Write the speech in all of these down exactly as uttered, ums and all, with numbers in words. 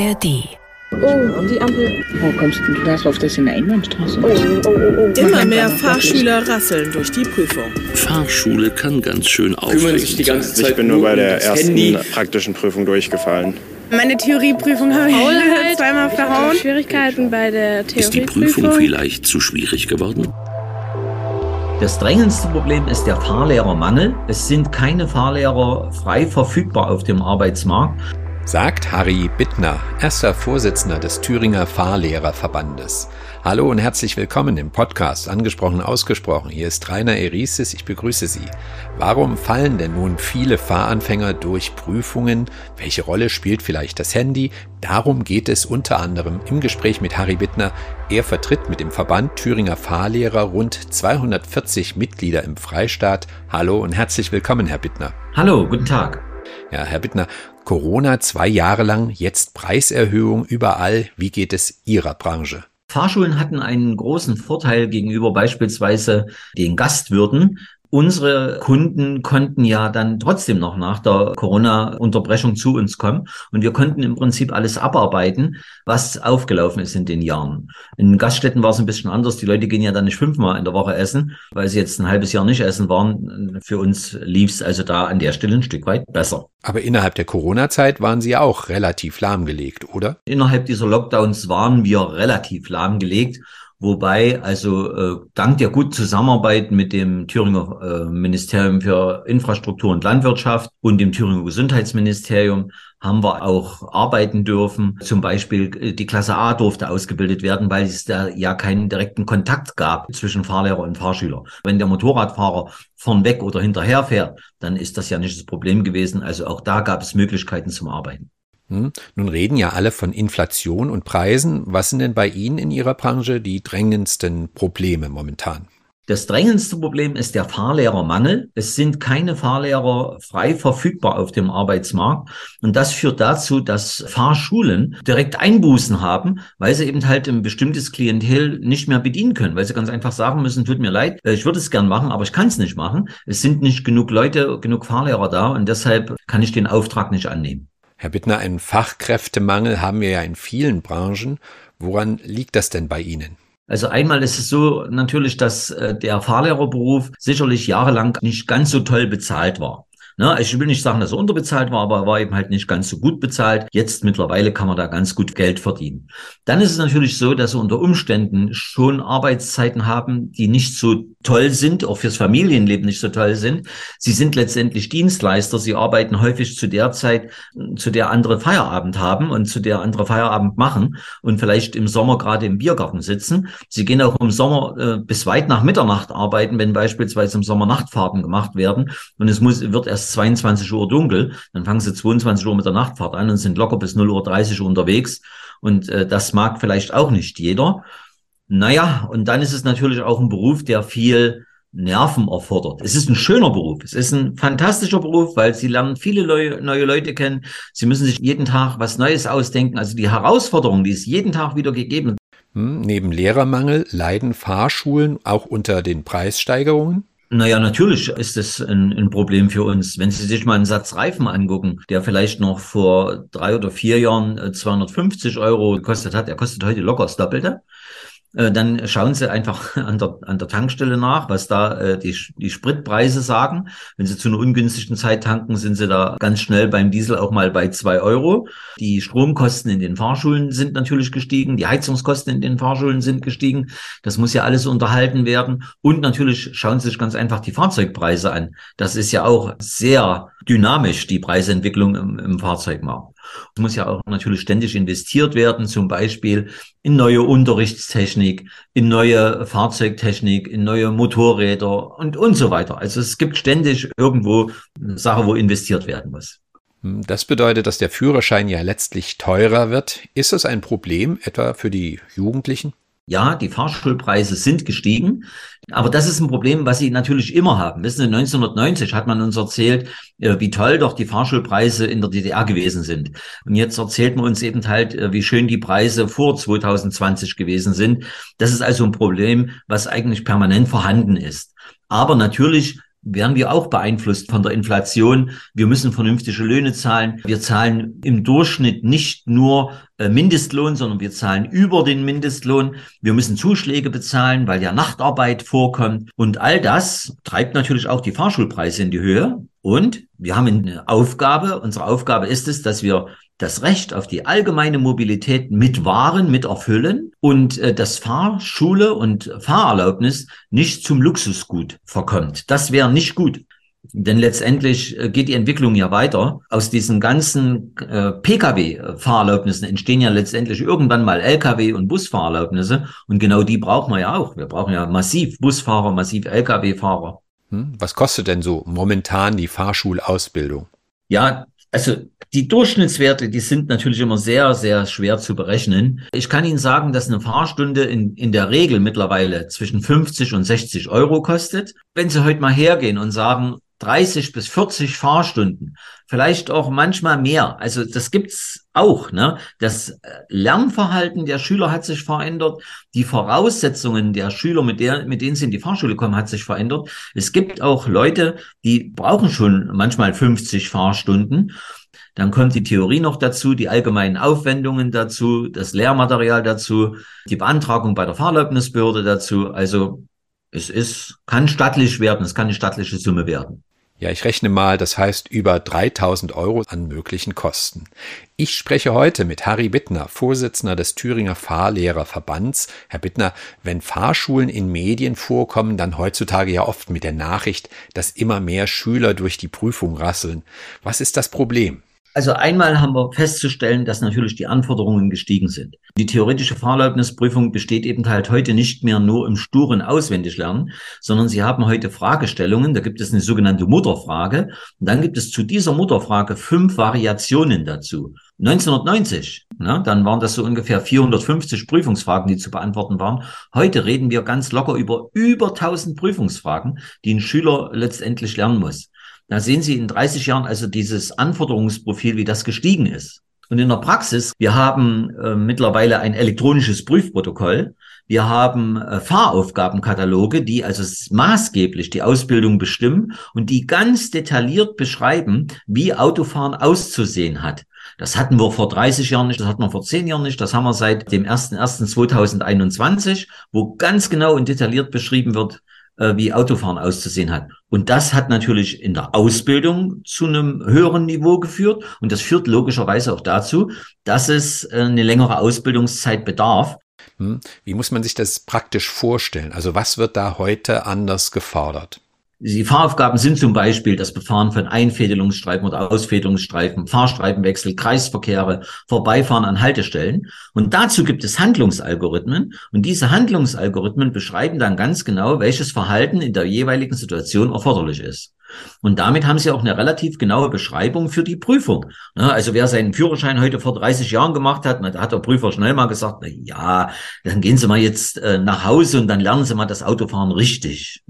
A R D. Oh, und die Ampel. Wo kommst du denn? Das läuft das in der Einbahnstraße. Oh, oh, oh, oh. Immer mehr Fahrschüler rasseln durch die Prüfung. Fahrschule kann ganz schön aufregend sich die ganze Zeit Ich bin nur bei der ersten Handy. praktischen Prüfung durchgefallen. Meine Theorieprüfung habe ich Faulheit, zweimal verhauen. Schwierigkeiten bei der Theorieprüfung. Ist die Prüfung vielleicht zu schwierig geworden? Das drängendste Problem ist der Fahrlehrermangel. Es sind keine Fahrlehrer frei verfügbar auf dem Arbeitsmarkt. Sagt Harry Bittner, erster Vorsitzender des Thüringer Fahrlehrerverbandes. Hallo und herzlich willkommen im Podcast Angesprochen Ausgesprochen. Hier ist Rainer Erisis, ich begrüße Sie. Warum fallen denn nun viele Fahranfänger durch Prüfungen? Welche Rolle spielt vielleicht das Handy? Darum geht es unter anderem im Gespräch mit Harry Bittner. Er vertritt mit dem Verband Thüringer Fahrlehrer rund zweihundertvierzig Mitglieder im Freistaat. Hallo und herzlich willkommen, Herr Bittner. Hallo, guten Tag. Ja, Herr Bittner, Corona zwei Jahre lang, jetzt Preiserhöhung überall. Wie geht es Ihrer Branche? Fahrschulen hatten einen großen Vorteil gegenüber beispielsweise den Gastwirten. Unsere Kunden konnten ja dann trotzdem noch nach der Corona-Unterbrechung zu uns kommen und wir konnten im Prinzip alles abarbeiten, was aufgelaufen ist in den Jahren. In Gaststätten war es ein bisschen anders. Die Leute gehen ja dann nicht fünfmal in der Woche essen, weil sie jetzt ein halbes Jahr nicht essen waren. Für uns lief es also da an der Stelle ein Stück weit besser. Aber innerhalb der Corona-Zeit waren Sie ja auch relativ lahmgelegt, oder? Innerhalb dieser Lockdowns waren wir relativ lahmgelegt. Wobei, also äh, dank der guten Zusammenarbeit mit dem Thüringer äh, Ministerium für Infrastruktur und Landwirtschaft und dem Thüringer Gesundheitsministerium haben wir auch arbeiten dürfen. Zum Beispiel äh, die Klasse A durfte ausgebildet werden, weil es da ja keinen direkten Kontakt gab zwischen Fahrlehrer und Fahrschüler. Wenn der Motorradfahrer vornweg oder hinterher fährt, dann ist das ja nicht das Problem gewesen. Also auch da gab es Möglichkeiten zum Arbeiten. Nun reden ja alle von Inflation und Preisen. Was sind denn bei Ihnen in Ihrer Branche die drängendsten Probleme momentan? Das drängendste Problem ist der Fahrlehrermangel. Es sind keine Fahrlehrer frei verfügbar auf dem Arbeitsmarkt. Und das führt dazu, dass Fahrschulen direkt Einbußen haben, weil sie eben halt ein bestimmtes Klientel nicht mehr bedienen können, weil sie ganz einfach sagen müssen, tut mir leid, ich würde es gern machen, aber ich kann es nicht machen. Es sind nicht genug Leute, genug Fahrlehrer da und deshalb kann ich den Auftrag nicht annehmen. Herr Bittner, einen Fachkräftemangel haben wir ja in vielen Branchen. Woran liegt das denn bei Ihnen? Also einmal ist es so natürlich, dass äh, der Fahrlehrerberuf sicherlich jahrelang nicht ganz so toll bezahlt war. Ne, ich will nicht sagen, dass er unterbezahlt war, aber er war eben halt nicht ganz so gut bezahlt. Jetzt mittlerweile kann man da ganz gut Geld verdienen. Dann ist es natürlich so, dass wir unter Umständen schon Arbeitszeiten haben, die nicht so toll sind, auch fürs Familienleben nicht so toll sind. Sie sind letztendlich Dienstleister. Sie arbeiten häufig zu der Zeit, zu der andere Feierabend haben und zu der andere Feierabend machen und vielleicht im Sommer gerade im Biergarten sitzen. Sie gehen auch im Sommer äh, bis weit nach Mitternacht arbeiten, wenn beispielsweise im Sommer Nachtfahrten gemacht werden und es muss wird erst zweiundzwanzig Uhr dunkel, dann fangen sie zweiundzwanzig Uhr mit der Nachtfahrt an und sind locker bis null Uhr dreißig unterwegs und äh, das mag vielleicht auch nicht jeder. Naja, und dann ist es natürlich auch ein Beruf, der viel Nerven erfordert. Es ist ein schöner Beruf, es ist ein fantastischer Beruf, weil sie lernen viele Leu- neue Leute kennen, sie müssen sich jeden Tag was Neues ausdenken, also die Herausforderung, die ist jeden Tag wieder gegeben. Hm, neben Lehrermangel leiden Fahrschulen auch unter den Preissteigerungen? Naja, natürlich ist es ein, ein Problem für uns. Wenn Sie sich mal einen Satz Reifen angucken, der vielleicht noch vor drei oder vier Jahren zweihundertfünfzig Euro gekostet hat, der kostet heute locker das Doppelte. Dann schauen Sie einfach an der, an der Tankstelle nach, was da äh, die, die Spritpreise sagen. Wenn Sie zu einer ungünstigen Zeit tanken, sind Sie da ganz schnell beim Diesel auch mal bei zwei Euro. Die Stromkosten in den Fahrschulen sind natürlich gestiegen. Die Heizungskosten in den Fahrschulen sind gestiegen. Das muss ja alles unterhalten werden. Und natürlich schauen Sie sich ganz einfach die Fahrzeugpreise an. Das ist ja auch sehr dynamisch, die Preisentwicklung im, im Fahrzeugmarkt. Es muss ja auch natürlich ständig investiert werden, zum Beispiel in neue Unterrichtstechnik, in neue Fahrzeugtechnik, in neue Motorräder und, und so weiter. Also es gibt ständig irgendwo eine Sache, wo investiert werden muss. Das bedeutet, dass der Führerschein ja letztlich teurer wird. Ist das ein Problem, etwa für die Jugendlichen? Ja, die Fahrschulpreise sind gestiegen, aber das ist ein Problem, was sie natürlich immer haben. Wissen Sie, neunzehnhundertneunzig hat man uns erzählt, wie toll doch die Fahrschulpreise in der D D R gewesen sind. Und jetzt erzählt man uns eben halt, wie schön die Preise vor zweitausendzwanzig gewesen sind. Das ist also ein Problem, was eigentlich permanent vorhanden ist. Aber natürlich werden wir auch beeinflusst von der Inflation. Wir müssen vernünftige Löhne zahlen. Wir zahlen im Durchschnitt nicht nur äh, Mindestlohn, sondern wir zahlen über den Mindestlohn. Wir müssen Zuschläge bezahlen, weil ja Nachtarbeit vorkommt. Und all das treibt natürlich auch die Fahrschulpreise in die Höhe. Und wir haben eine Aufgabe. Unsere Aufgabe ist es, dass wir das Recht auf die allgemeine Mobilität mit wahren, mit erfüllen und äh, dass Fahrschule und Fahrerlaubnis nicht zum Luxusgut verkommt. Das wäre nicht gut. Denn letztendlich äh, geht die Entwicklung ja weiter. Aus diesen ganzen äh, P K W-Fahrerlaubnissen entstehen ja letztendlich irgendwann mal L K W- und Busfahrerlaubnisse. Und genau die brauchen wir ja auch. Wir brauchen ja massiv Busfahrer, massiv L K W-Fahrer. Hm, was kostet denn so momentan die Fahrschulausbildung? Ja, also die Durchschnittswerte, die sind natürlich immer sehr, sehr schwer zu berechnen. Ich kann Ihnen sagen, dass eine Fahrstunde in, in der Regel mittlerweile zwischen fünfzig und sechzig Euro kostet. Wenn Sie heute mal hergehen und sagen, dreißig bis vierzig Fahrstunden, vielleicht auch manchmal mehr. Also das gibt's auch, ne? Das Lernverhalten der Schüler hat sich verändert. Die Voraussetzungen der Schüler, mit der, mit denen sie in die Fahrschule kommen, hat sich verändert. Es gibt auch Leute, die brauchen schon manchmal fünfzig Fahrstunden. Dann kommt die Theorie noch dazu, die allgemeinen Aufwendungen dazu, das Lehrmaterial dazu, die Beantragung bei der Fahrerlaubnisbehörde dazu. Also es ist, kann stattlich werden, es kann eine stattliche Summe werden. Ja, ich rechne mal, das heißt über dreitausend Euro an möglichen Kosten. Ich spreche heute mit Harry Bittner, Vorsitzender des Thüringer Fahrlehrerverbands. Herr Bittner, wenn Fahrschulen in Medien vorkommen, dann heutzutage ja oft mit der Nachricht, dass immer mehr Schüler durch die Prüfung rasseln. Was ist das Problem? Also einmal haben wir festzustellen, dass natürlich die Anforderungen gestiegen sind. Die theoretische Fahrerlaubnisprüfung besteht eben halt heute nicht mehr nur im sturen Auswendiglernen, sondern Sie haben heute Fragestellungen. Da gibt es eine sogenannte Mutterfrage. Und dann gibt es zu dieser Mutterfrage fünf Variationen dazu. neunzehnhundertneunzig, ne, dann waren das so ungefähr vierhundertfünfzig Prüfungsfragen, die zu beantworten waren. Heute reden wir ganz locker über über tausend Prüfungsfragen, die ein Schüler letztendlich lernen muss. Da sehen Sie in dreißig Jahren also dieses Anforderungsprofil, wie das gestiegen ist. Und in der Praxis, wir haben äh, mittlerweile ein elektronisches Prüfprotokoll. Wir haben äh, Fahraufgabenkataloge, die also maßgeblich die Ausbildung bestimmen und die ganz detailliert beschreiben, wie Autofahren auszusehen hat. Das hatten wir vor dreißig Jahren nicht, das hatten wir vor zehn Jahren nicht, das haben wir seit dem ersten ersten zweitausendeinundzwanzig, wo ganz genau und detailliert beschrieben wird, wie Autofahren auszusehen hat. Und das hat natürlich in der Ausbildung zu einem höheren Niveau geführt. Und das führt logischerweise auch dazu, dass es eine längere Ausbildungszeit bedarf. Wie muss man sich das praktisch vorstellen? Also was wird da heute anders gefordert? Die Fahraufgaben sind zum Beispiel das Befahren von Einfädelungsstreifen oder Ausfädelungsstreifen, Fahrstreifenwechsel, Kreisverkehre, Vorbeifahren an Haltestellen. Und dazu gibt es Handlungsalgorithmen. Und diese Handlungsalgorithmen beschreiben dann ganz genau, welches Verhalten in der jeweiligen Situation erforderlich ist. Und damit haben Sie auch eine relativ genaue Beschreibung für die Prüfung. Also wer seinen Führerschein heute vor dreißig Jahren gemacht hat, da hat der Prüfer schnell mal gesagt, na ja, dann gehen Sie mal jetzt nach Hause und dann lernen Sie mal das Autofahren richtig.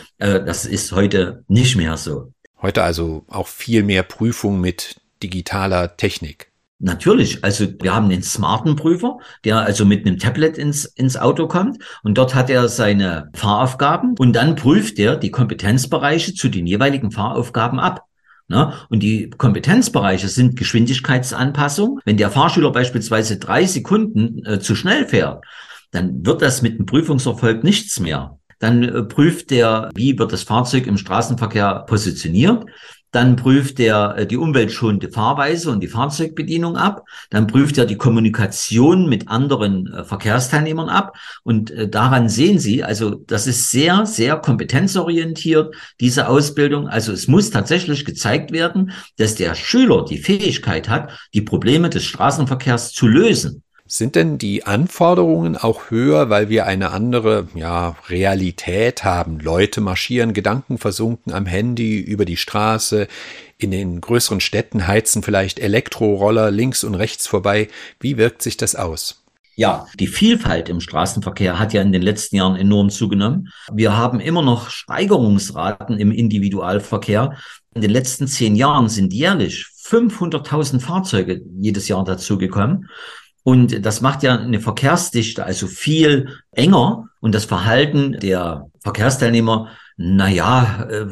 Das ist heute nicht mehr so. Heute also auch viel mehr Prüfung mit digitaler Technik. Natürlich, also wir haben den smarten Prüfer, der also mit einem Tablet ins ins Auto kommt und dort hat er seine Fahraufgaben und dann prüft er die Kompetenzbereiche zu den jeweiligen Fahraufgaben ab. Ne? Und die Kompetenzbereiche sind Geschwindigkeitsanpassung. Wenn der Fahrschüler beispielsweise drei Sekunden äh, zu schnell fährt, dann wird das mit dem Prüfungserfolg nichts mehr. Dann äh, prüft der, wie wird das Fahrzeug im Straßenverkehr positioniert. Dann prüft er die umweltschonende Fahrweise und die Fahrzeugbedienung ab. Dann prüft er die Kommunikation mit anderen äh, Verkehrsteilnehmern ab. Und äh, daran sehen Sie, also das ist sehr, sehr kompetenzorientiert, diese Ausbildung. Also es muss tatsächlich gezeigt werden, dass der Schüler die Fähigkeit hat, die Probleme des Straßenverkehrs zu lösen. Sind denn die Anforderungen auch höher, weil wir eine andere, ja, Realität haben? Leute marschieren gedankenversunken am Handy über die Straße. In den größeren Städten heizen vielleicht Elektroroller links und rechts vorbei. Wie wirkt sich das aus? Ja, die Vielfalt im Straßenverkehr hat ja in den letzten Jahren enorm zugenommen. Wir haben immer noch Steigerungsraten im Individualverkehr. In den letzten zehn Jahren sind jährlich fünfhunderttausend Fahrzeuge jedes Jahr dazugekommen. Und das macht ja eine Verkehrsdichte also viel enger und das Verhalten der Verkehrsteilnehmer Naja, äh,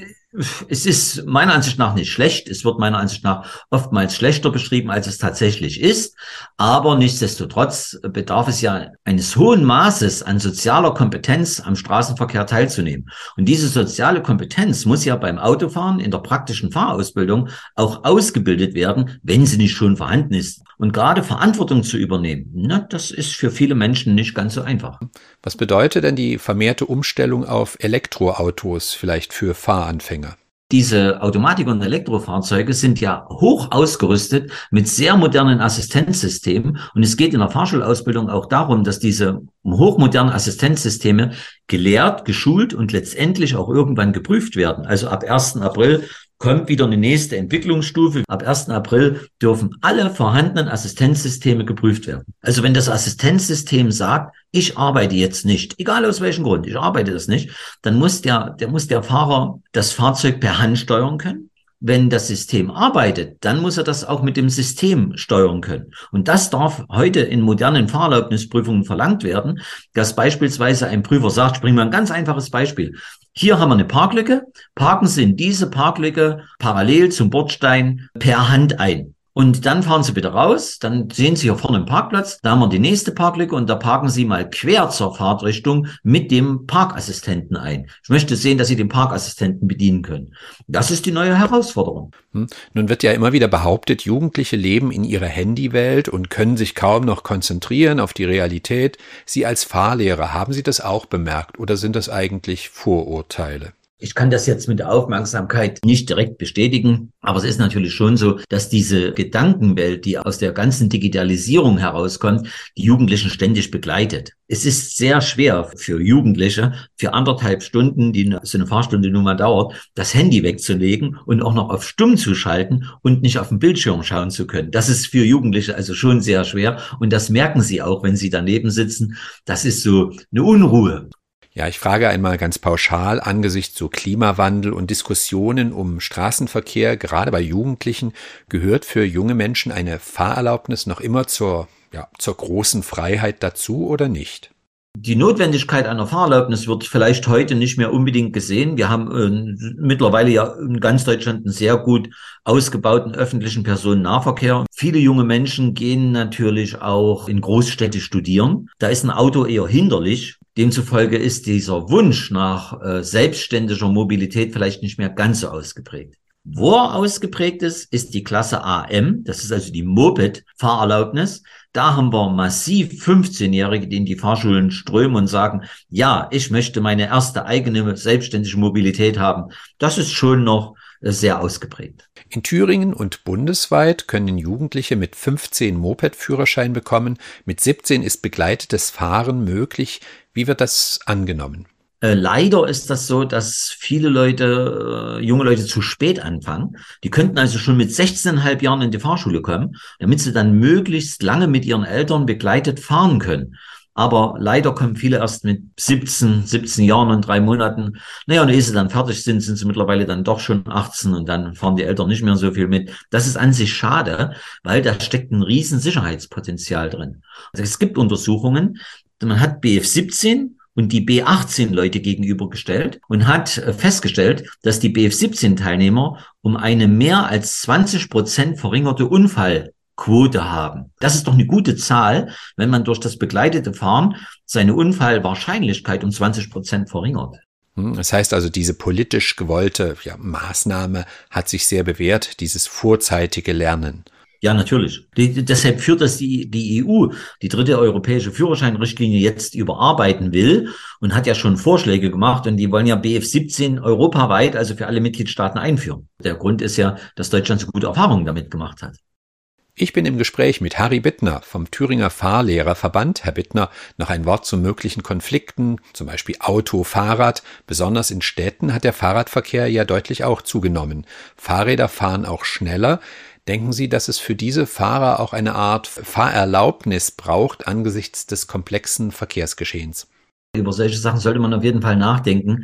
es ist meiner Ansicht nach nicht schlecht. Es wird meiner Ansicht nach oftmals schlechter beschrieben, als es tatsächlich ist. Aber nichtsdestotrotz bedarf es ja eines hohen Maßes an sozialer Kompetenz, am Straßenverkehr teilzunehmen. Und diese soziale Kompetenz muss ja beim Autofahren in der praktischen Fahrausbildung auch ausgebildet werden, wenn sie nicht schon vorhanden ist. Und gerade Verantwortung zu übernehmen, na, das ist für viele Menschen nicht ganz so einfach. Was bedeutet denn die vermehrte Umstellung auf Elektroautos vielleicht für Fahranfänger? Diese Automatik- und Elektrofahrzeuge sind ja hoch ausgerüstet mit sehr modernen Assistenzsystemen. Und es geht in der Fahrschulausbildung auch darum, dass diese hochmodernen Assistenzsysteme gelehrt, geschult und letztendlich auch irgendwann geprüft werden. Also ab ersten April kommt wieder eine nächste Entwicklungsstufe. Ab ersten April dürfen alle vorhandenen Assistenzsysteme geprüft werden. Also wenn das Assistenzsystem sagt, ich arbeite jetzt nicht, egal aus welchem Grund, ich arbeite das nicht, dann muss der, der muss der Fahrer das Fahrzeug per Hand steuern können. Wenn das System arbeitet, dann muss er das auch mit dem System steuern können. Und das darf heute in modernen Fahrerlaubnisprüfungen verlangt werden, dass beispielsweise ein Prüfer sagt, ich bringe mal ein ganz einfaches Beispiel. Hier haben wir eine Parklücke, parken Sie in diese Parklücke parallel zum Bordstein per Hand ein. Und dann fahren Sie bitte raus, dann sehen Sie hier vorne einen Parkplatz, da haben wir die nächste Parklücke und da parken Sie mal quer zur Fahrtrichtung mit dem Parkassistenten ein. Ich möchte sehen, dass Sie den Parkassistenten bedienen können. Das ist die neue Herausforderung. Hm. Nun wird ja immer wieder behauptet, Jugendliche leben in ihrer Handywelt und können sich kaum noch konzentrieren auf die Realität. Sie als Fahrlehrer, haben Sie das auch bemerkt oder sind das eigentlich Vorurteile? Ich kann das jetzt mit der Aufmerksamkeit nicht direkt bestätigen, aber es ist natürlich schon so, dass diese Gedankenwelt, die aus der ganzen Digitalisierung herauskommt, die Jugendlichen ständig begleitet. Es ist sehr schwer für Jugendliche, für anderthalb Stunden, die so eine Fahrstunde nun mal dauert, das Handy wegzulegen und auch noch auf Stumm zu schalten und nicht auf den Bildschirm schauen zu können. Das ist für Jugendliche also schon sehr schwer und das merken sie auch, wenn sie daneben sitzen. Das ist so eine Unruhe. Ja, ich frage einmal ganz pauschal, angesichts so Klimawandel und Diskussionen um Straßenverkehr, gerade bei Jugendlichen, gehört für junge Menschen eine Fahrerlaubnis noch immer zur, ja, zur großen Freiheit dazu oder nicht? Die Notwendigkeit einer Fahrerlaubnis wird vielleicht heute nicht mehr unbedingt gesehen. Wir haben äh, mittlerweile ja in ganz Deutschland einen sehr gut ausgebauten öffentlichen Personennahverkehr. Viele junge Menschen gehen natürlich auch in Großstädte studieren. Da ist ein Auto eher hinderlich. Demzufolge ist dieser Wunsch nach äh, selbstständiger Mobilität vielleicht nicht mehr ganz so ausgeprägt. Wo er ausgeprägt ist, ist die Klasse A M, das ist also die Moped-Fahrerlaubnis. Da haben wir massiv fünfzehnjährige, die in die Fahrschulen strömen und sagen, ja, ich möchte meine erste eigene selbstständige Mobilität haben. Das ist schon noch sehr ausgeprägt. In Thüringen und bundesweit können Jugendliche mit fünfzehn Moped-Führerschein bekommen. Mit siebzehn ist begleitetes Fahren möglich. Wie wird das angenommen? Äh, leider ist das so, dass viele Leute, äh, junge Leute zu spät anfangen. Die könnten also schon mit sechzehneinhalb Jahren in die Fahrschule kommen, damit sie dann möglichst lange mit ihren Eltern begleitet fahren können. Aber leider kommen viele erst mit siebzehn, siebzehn Jahren und drei Monaten. Naja, und ehe sie dann fertig sind, sind sie mittlerweile dann doch schon achtzehn und dann fahren die Eltern nicht mehr so viel mit. Das ist an sich schade, weil da steckt ein riesen Sicherheitspotenzial drin. Also es gibt Untersuchungen, man hat B F siebzehn und die B achtzehn Leute gegenübergestellt und hat festgestellt, dass die B F siebzehn Teilnehmer um eine mehr als zwanzig Prozent verringerte Unfallquote haben. Das ist doch eine gute Zahl, wenn man durch das begleitete Fahren seine Unfallwahrscheinlichkeit um zwanzig Prozent verringert. Das heißt also, diese politisch gewollte ja, Maßnahme hat sich sehr bewährt, dieses vorzeitige Lernen. Ja, natürlich. Die, deshalb führt das die, die E U, die dritte europäische Führerscheinrichtlinie, jetzt überarbeiten will und hat ja schon Vorschläge gemacht und die wollen ja B F siebzehn europaweit, also für alle Mitgliedstaaten einführen. Der Grund ist ja, dass Deutschland so gute Erfahrungen damit gemacht hat. Ich bin im Gespräch mit Harry Bittner vom Thüringer Fahrlehrerverband. Herr Bittner, noch ein Wort zu möglichen Konflikten, zum Beispiel Auto, Fahrrad. Besonders in Städten hat der Fahrradverkehr ja deutlich auch zugenommen. Fahrräder fahren auch schneller. Denken Sie, dass es für diese Fahrer auch eine Art Fahrerlaubnis braucht angesichts des komplexen Verkehrsgeschehens? Über solche Sachen sollte man auf jeden Fall nachdenken.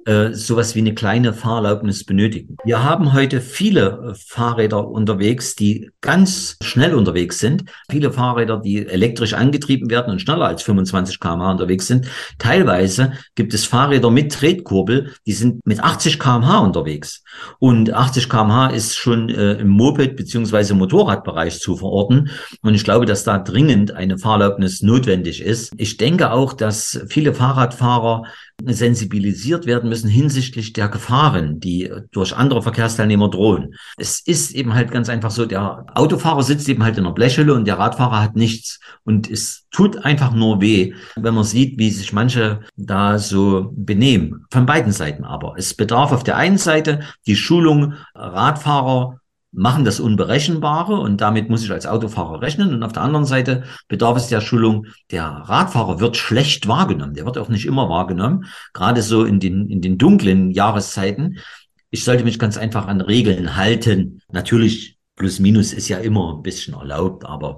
äh, sowas wie eine kleine Fahrerlaubnis benötigen. Wir haben heute viele Fahrräder unterwegs, die ganz schnell unterwegs sind. Viele Fahrräder, die elektrisch angetrieben werden und schneller als fünfundzwanzig Kilometer pro Stunde unterwegs sind. Teilweise gibt es Fahrräder mit Tretkurbel, die sind mit achtzig Kilometer pro Stunde unterwegs. Und achtzig Kilometer pro Stunde ist schon äh, im Moped- bzw. Motorradbereich zu verorten. Und ich glaube, dass da dringend eine Fahrerlaubnis notwendig ist. Ich denke auch, dass viele Fahrradfahrer sensibilisiert werden müssen hinsichtlich der Gefahren, die durch andere Verkehrsteilnehmer drohen. Es ist eben halt ganz einfach so, der Autofahrer sitzt eben halt in einer Blechhülle und der Radfahrer hat nichts. Und es tut einfach nur weh, wenn man sieht, wie sich manche da so benehmen. Von beiden Seiten aber. Es bedarf auf der einen Seite die Schulung Radfahrer, machen das Unberechenbare und damit muss ich als Autofahrer rechnen. Und auf der anderen Seite bedarf es der Schulung, der Radfahrer wird schlecht wahrgenommen. Der wird auch nicht immer wahrgenommen, gerade so in den, in den dunklen Jahreszeiten. Ich sollte mich ganz einfach an Regeln halten. Natürlich, plus minus ist ja immer ein bisschen erlaubt, aber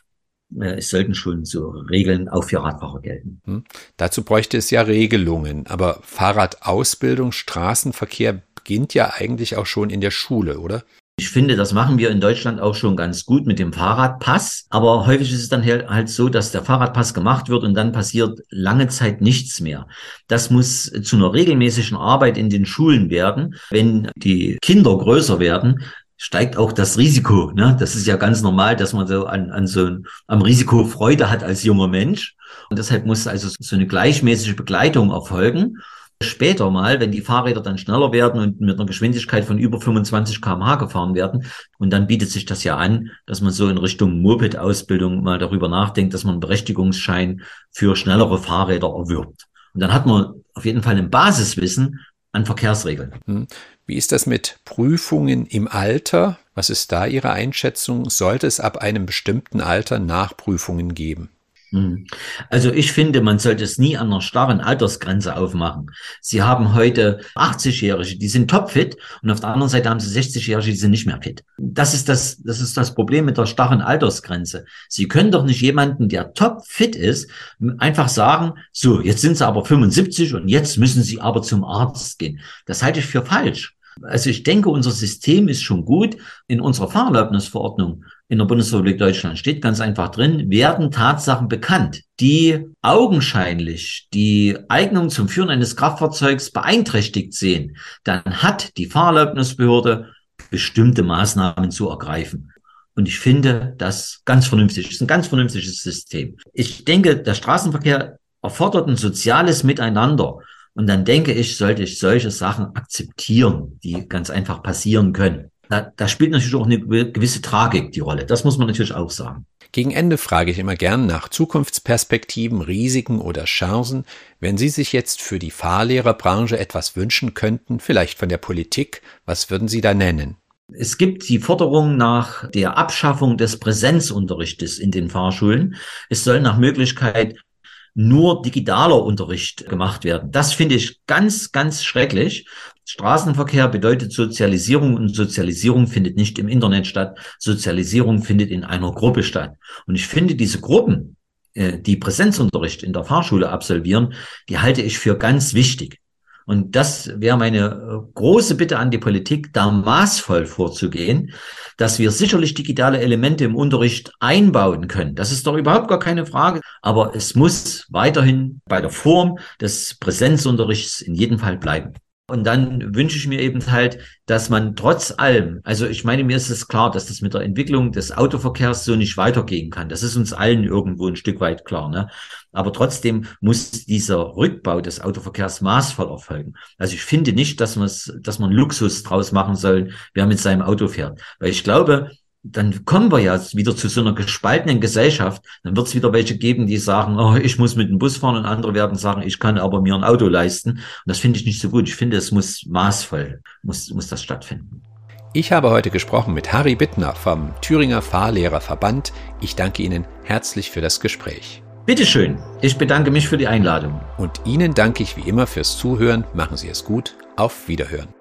äh, es sollten schon so Regeln auch für Radfahrer gelten. Hm. Dazu bräuchte es ja Regelungen, aber Fahrradausbildung, Straßenverkehr beginnt ja eigentlich auch schon in der Schule, oder? Ich finde, das machen wir in Deutschland auch schon ganz gut mit dem Fahrradpass. Aber häufig ist es dann halt so, dass der Fahrradpass gemacht wird und dann passiert lange Zeit nichts mehr. Das muss zu einer regelmäßigen Arbeit in den Schulen werden. Wenn die Kinder größer werden, steigt auch das Risiko. Ne? Das ist ja ganz normal, dass man so an, an so ein, am Risiko Freude hat als junger Mensch. Und deshalb muss also so eine gleichmäßige Begleitung erfolgen. Später mal, wenn die Fahrräder dann schneller werden und mit einer Geschwindigkeit von über fünfundzwanzig Kilometer pro Stunde gefahren werden, und dann bietet sich das ja an, dass man so in Richtung Moped-Ausbildung mal darüber nachdenkt, dass man einen Berechtigungsschein für schnellere Fahrräder erwirbt. Und dann hat man auf jeden Fall ein Basiswissen an Verkehrsregeln. Wie ist das mit Prüfungen im Alter? Was ist da Ihre Einschätzung? Sollte es ab einem bestimmten Alter Nachprüfungen geben? Also ich finde, man sollte es nie an einer starren Altersgrenze aufmachen. Sie haben heute achtzig-Jährige, die sind topfit, und auf der anderen Seite haben Sie sechzig-Jährige, die sind nicht mehr fit. Das ist das, das ist das Problem mit der starren Altersgrenze. Sie können doch nicht jemanden, der topfit ist, einfach sagen, so, jetzt sind Sie aber fünfundsiebzig und jetzt müssen Sie aber zum Arzt gehen. Das halte ich für falsch. Also ich denke, unser System ist schon gut. In unserer Fahrerlaubnisverordnung in der Bundesrepublik Deutschland steht ganz einfach drin, werden Tatsachen bekannt, die augenscheinlich die Eignung zum Führen eines Kraftfahrzeugs beeinträchtigt sehen, dann hat die Fahrerlaubnisbehörde bestimmte Maßnahmen zu ergreifen. Und ich finde das ganz vernünftig. Das ist ein ganz vernünftiges System. Ich denke, der Straßenverkehr erfordert ein soziales Miteinander. Und dann denke ich, sollte ich solche Sachen akzeptieren, die ganz einfach passieren können. Da, da spielt natürlich auch eine gewisse Tragik die Rolle. Das muss man natürlich auch sagen. Gegen Ende frage ich immer gern nach Zukunftsperspektiven, Risiken oder Chancen. Wenn Sie sich jetzt für die Fahrlehrerbranche etwas wünschen könnten, vielleicht von der Politik, was würden Sie da nennen? Es gibt die Forderung nach der Abschaffung des Präsenzunterrichtes in den Fahrschulen. Es soll nach Möglichkeit nur digitaler Unterricht gemacht werden. Das finde ich ganz, ganz schrecklich. Straßenverkehr bedeutet Sozialisierung und Sozialisierung findet nicht im Internet statt. Sozialisierung findet in einer Gruppe statt. Und ich finde diese Gruppen, die Präsenzunterricht in der Fahrschule absolvieren, die halte ich für ganz wichtig. Und das wäre meine große Bitte an die Politik, da maßvoll vorzugehen, dass wir sicherlich digitale Elemente im Unterricht einbauen können. Das ist doch überhaupt gar keine Frage. Aber es muss weiterhin bei der Form des Präsenzunterrichts in jedem Fall bleiben. Und dann wünsche ich mir eben halt, dass man trotz allem, also ich meine, mir ist es klar, dass das mit der Entwicklung des Autoverkehrs so nicht weitergehen kann. Das ist uns allen irgendwo ein Stück weit klar, ne? Aber trotzdem muss dieser Rückbau des Autoverkehrs maßvoll erfolgen. Also ich finde nicht, dass man es, dass man Luxus draus machen soll, wer mit seinem Auto fährt. Weil ich glaube, dann kommen wir ja wieder zu so einer gespaltenen Gesellschaft. Dann wird es wieder welche geben, die sagen, oh, ich muss mit dem Bus fahren, und andere werden sagen, ich kann aber mir ein Auto leisten. Und das finde ich nicht so gut. Ich finde, es muss maßvoll, muss, muss das stattfinden. Ich habe heute gesprochen mit Harry Bittner vom Thüringer Fahrlehrerverband. Ich danke Ihnen herzlich für das Gespräch. Bitteschön. Ich bedanke mich für die Einladung. Und Ihnen danke ich wie immer fürs Zuhören. Machen Sie es gut. Auf Wiederhören.